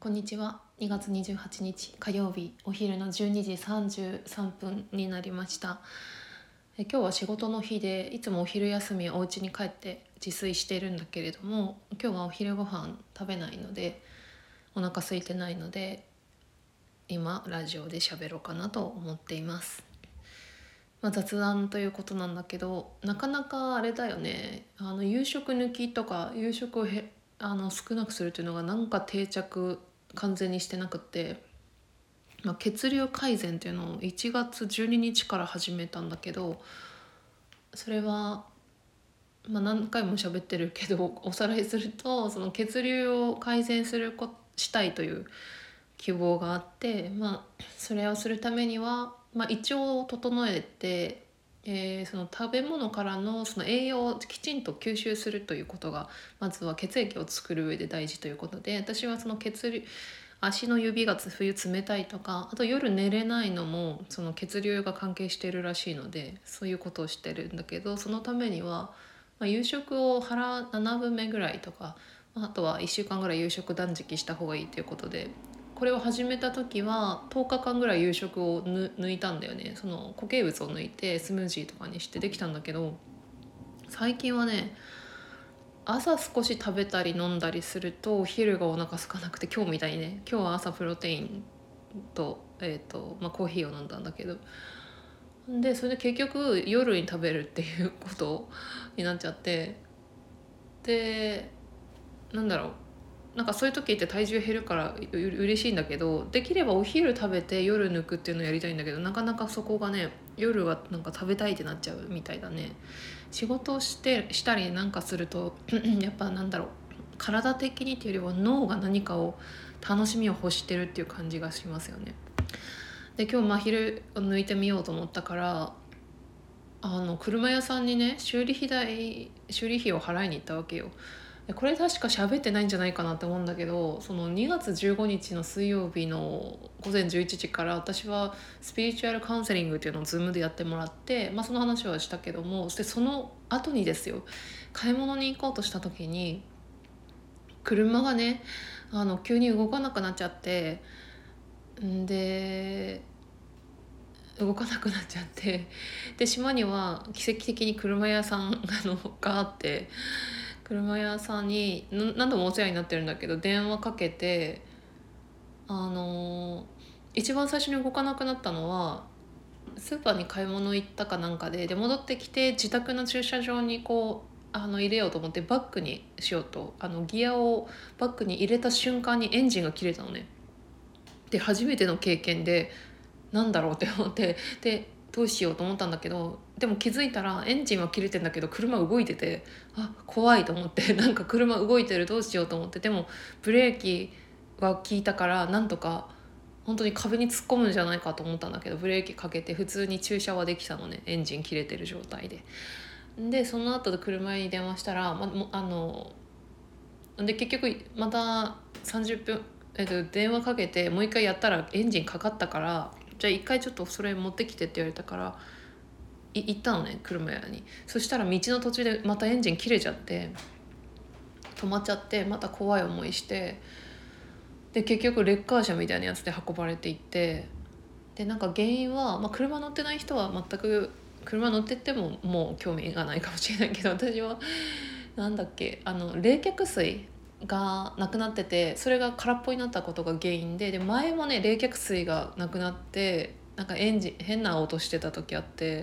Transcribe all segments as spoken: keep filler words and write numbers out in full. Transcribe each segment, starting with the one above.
こんにちは。にがつにじゅうはちにち火曜日、お昼のじゅうにじさんじゅうさんぷんになりました。え今日は仕事の日で、いつもお昼休みお家に帰って自炊しているんだけれども、今日はお昼ご飯食べないので、お腹空いてないので、今ラジオで喋ろうかなと思っています。まあ、雑談ということなんだけど、なかなかあれだよね。あの夕食抜きとか夕食をへあの少なくするというのがなんか定着完全にしてなくて、まあ、血流改善っていうのをいちがつじゅうににちから始めたんだけど、それは、まあ、何回も喋ってるけどおさらいすると、その血流を改善するこしたいという希望があって、まあ、それをするためには、まあ、胃腸を整えて、えーその食べ物からのその栄養をきちんと吸収するということがまずは血液を作る上で大事ということで、私はその血流足の指が冬冷たいとか、あと夜寝れないのもその血流が関係しているらしいので、そういうことをしてるんだけど、そのためには、まあ、夕食を腹ななぶんめぐらいとか、あとはいっしゅうかんぐらい夕食断食した方がいいということで、これを始めた時はとおかかんぐらい夕食を抜いたんだよね。その固形物を抜いてスムージーとかにしてできたんだけど、最近はね、朝少し食べたり飲んだりするとお昼がお腹空かなくて、今日みたいにね、今日は朝プロテインと,、えーとまあ、コーヒーを飲んだんだけど、でそれで結局夜に食べるっていうことになっちゃって、でなんだろう、なんかそういう時って体重減るからう嬉しいんだけど、できればお昼食べて夜抜くっていうのをやりたいんだけど、なかなかそこがね、夜はなんか食べたいってなっちゃうみたいだね。仕事をしてしたりなんかするとやっぱなんだろう、体的にっていうよりは脳が何かを楽しみを欲してるっていう感じがしますよね。で今日真昼抜いてみようと思ったから、あの車屋さんにね、修理費代修理費を払いに行ったわけよ。これ確か喋ってないんじゃないかなって思うんだけど、そのにがつじゅうごにちの水曜日の午前じゅういちじから私はスピリチュアルカウンセリングっていうのを Zoom でやってもらって、まあ、その話はしたけども、でその後にですよ、買い物に行こうとした時に車がね、あの急に動かなくなっちゃって、んで動かなくなっちゃって、で島には奇跡的に車屋さんあのがあって、車屋さんに何度もお世話になってるんだけど電話かけて、あのー一番最初に動かなくなったのは、スーパーに買い物行ったかなんかで、で戻ってきて自宅の駐車場にこうあの入れようと思ってバックにしようと、あのギアをバックに入れた瞬間にエンジンが切れたのね。で初めての経験で、なんだろうって思って、でどうしようと思ったんだけど、でも気づいたらエンジンは切れてんだけど車動いてて、あ怖いと思ってなんか車動いてる、どうしようと思って、でもブレーキは効いたからなんとか本当に壁に突っ込むんじゃないかと思ったんだけど、ブレーキかけて普通に駐車はできたのね、エンジン切れてる状態で。でその後で車に電話したら、ま、もあので結局またさんじゅっぷん、えっと、電話かけてもう一回やったらエンジンかかったから、じゃあ一回ちょっとそれ持ってきてって言われたからい行ったのね、車屋に。そしたら道の途中でまたエンジン切れちゃって止まっちゃって、また怖い思いして、で結局レッカー車みたいなやつで運ばれていって、でなんか原因は、まあ、車乗ってない人は全く車乗ってってももう興味がないかもしれないけど、私はなんだっけ、あの冷却水がなくなってて、それが空っぽになったことが原因で、で前もね冷却水がなくなって、なんかエンジン変な音してた時あって、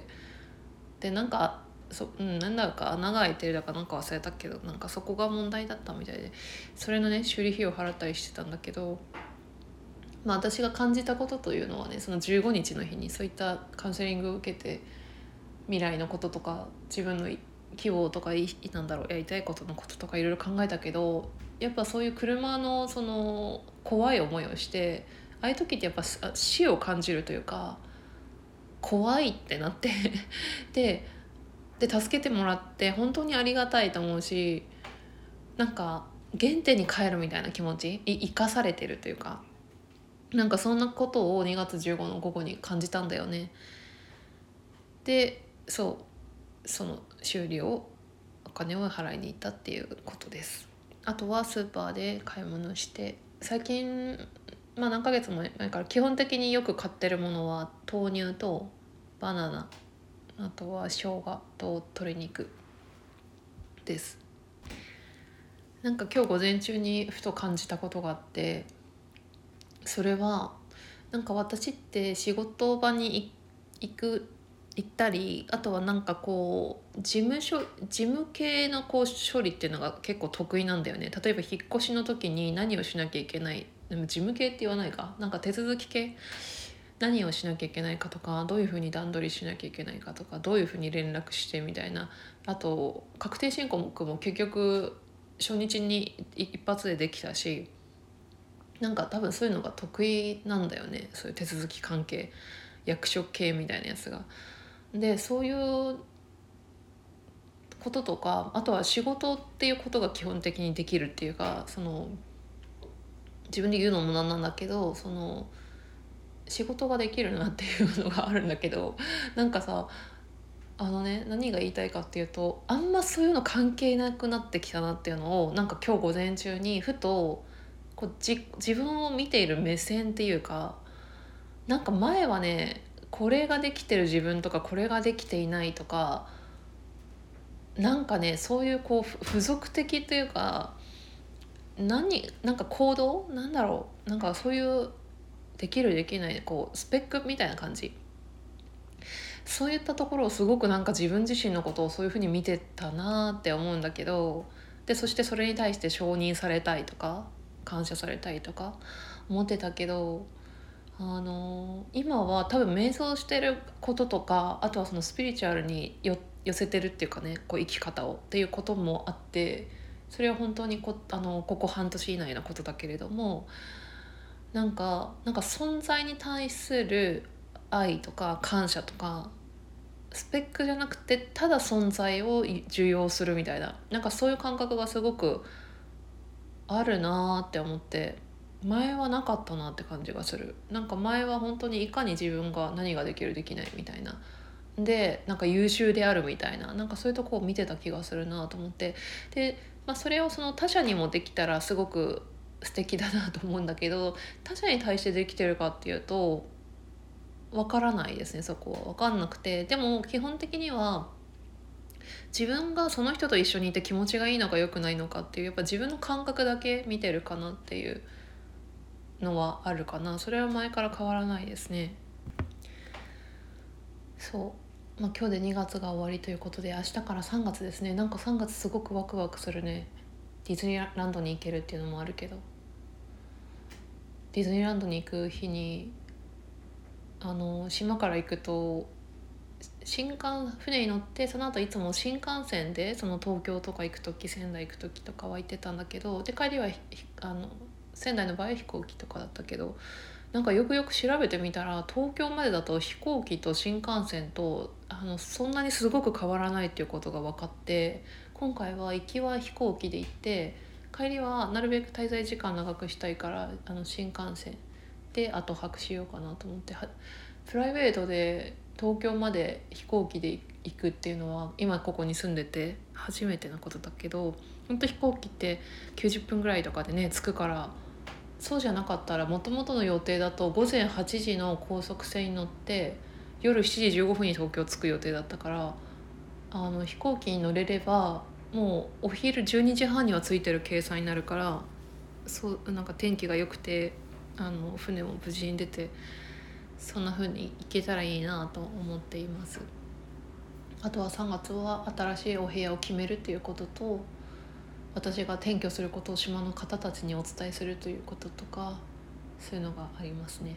でなんかそ、うん、なんだか穴が開いてるだかなんか忘れたけど、なんかそこが問題だったみたいで、それのね修理費を払ったりしてたんだけど、まあ私が感じたことというのはね、そのじゅうごにちの日にそういったカウンセリングを受けて、未来のこととか自分の希望とかなんだろう、やりたいことのこととかいろいろ考えたけど、やっぱそういう車のその怖い思いをして、ああいう時ってやっぱ死を感じるというか、怖いってなってでで助けてもらって本当にありがたいと思うし、なんか原点に帰るみたいな気持ち、い生かされてるというか、なんかそんなことをにがつじゅうごの午後に感じたんだよね。でそうその修理をお金を払いに行ったっていうことです。あとはスーパーで買い物して最近、まあ、何ヶ月も前から基本的によく買ってるものは豆乳とバナナ、あとは生姜と鶏肉です。なんか今日午前中にふと感じたことがあって、それはなんか私って仕事場に行く行ったり、あとはなんかこう事務所事務系のこう処理っていうのが結構得意なんだよね。例えば引っ越しの時に何をしなきゃいけない、でも事務系って言わないか、なんか手続き系、何をしなきゃいけないかとか、どういうふうに段取りしなきゃいけないかとか、どういうふうに連絡してみたいな、あと確定申告も結局初日に一発でできたし、なんか多分そういうのが得意なんだよね、そういう手続き関係、役所系みたいなやつが。でそういうこととか、あとは仕事っていうことが基本的にできるっていうか、その自分で言うのもなんなんだけど、その仕事ができるなっていうのがあるんだけど、なんかさ、あのね、何が言いたいかっていうと、あんまそういうの関係なくなってきたなっていうのを、なんか今日午前中にふとこうじ自分を見ている目線っていうか、なんか前はね、これができてる自分とかこれができていないとか、なんかね、そういうこうふ付属的というか、何なんか行動なんだろう、なんかそういうできるできないこうスペックみたいな感じ、そういったところをすごくなんか自分自身のことをそういうふうに見てたなって思うんだけど、でそしてそれに対して承認されたいとか感謝されたいとか思ってたけど、あの今は多分瞑想してることとか、あとはそのスピリチュアルによ寄せてるっていうかね、こう生き方をっていうこともあって、それは本当にこあのここ半年以内のことだけれども、なんかなんか存在に対する愛とか感謝とか、スペックじゃなくてただ存在を受容するみたいな、なんかそういう感覚がすごくあるなって思って、前はなかったなって感じがする。なんか前は本当にいかに自分が何ができるできないみたいな、でなんか優秀であるみたいな、なんかそういうとこを見てた気がするなと思って、で、まあ、それをその他者にもできたらすごく素敵だなと思うんだけど、他者に対してできてるかっていうとわからないですね。そこは分かんなくて、でも基本的には自分がその人と一緒にいて気持ちがいいのか良くないのかっていう、やっぱ自分の感覚だけ見てるかなっていうのはあるかな。それは前から変わらないですね。そう、まあ、今日でにがつが終わりということで、明日からさんがつですね。なんかさんがつすごくワクワクするね。ディズニーランドに行けるっていうのもあるけど、ディズニーランドに行く日にあの島から行くと新幹船に乗って、その後いつも新幹線でその東京とか行く時、仙台行く時とかは行ってたんだけど、で帰りはあの仙台の場合は飛行機とかだったけど、なんかよくよく調べてみたら東京までだと飛行機と新幹線とあのそんなにすごく変わらないっていうことが分かって、今回は行きは飛行機で行って、帰りはなるべく滞在時間長くしたいからあの新幹線で後泊しようかなと思って、はプライベートで東京まで飛行機で行くっていうのは今ここに住んでて初めてのことだけど、本当飛行機ってきゅうじゅっぷんぐらいとかでね着くから、そうじゃなかったら元々の予定だとごぜんはちじの高速船に乗って夜しちじじゅうごふんに東京着く予定だったから、あの飛行機に乗れればもうお昼じゅうにじはんには着いてる計算になるから、そうなんか天気が良くてあの船も無事に出て、そんな風に行けたらいいなと思っています。あとはさんがつは新しいお部屋を決めるっていうことと、私が転居することを島の方たちにお伝えするということとか、そういうのがありますね。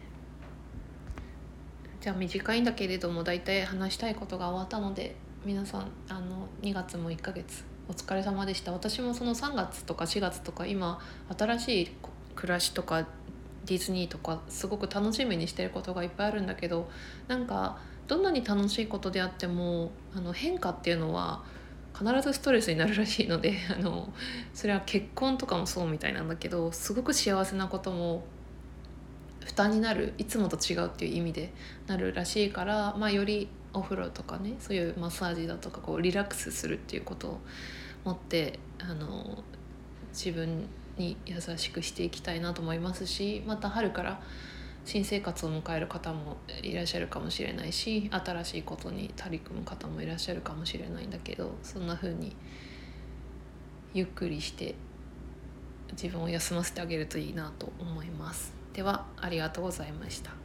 じゃあ短いんだけれども大体話したいことが終わったので、皆さんあのにがつもいっかげつお疲れ様でした。私もそのさんがつとかしがつとか今新しい暮らしとかディズニーとかすごく楽しみにしてることがいっぱいあるんだけど、なんかどんなに楽しいことであってもあの変化っていうのは必ずストレスになるらしいので、あのそれは結婚とかもそうみたいなんだけど、すごく幸せなことも負担になる、いつもと違うっていう意味でなるらしいから、まあ、よりお風呂とかね、そういうマッサージだとかこうリラックスするっていうことを持ってあの自分に優しくしていきたいなと思いますし、また春から新生活を迎える方もいらっしゃるかもしれないし、新しいことに取り組む方もいらっしゃるかもしれないんだけど、そんな風にゆっくりして自分を休ませてあげるといいなと思います。ではありがとうございました。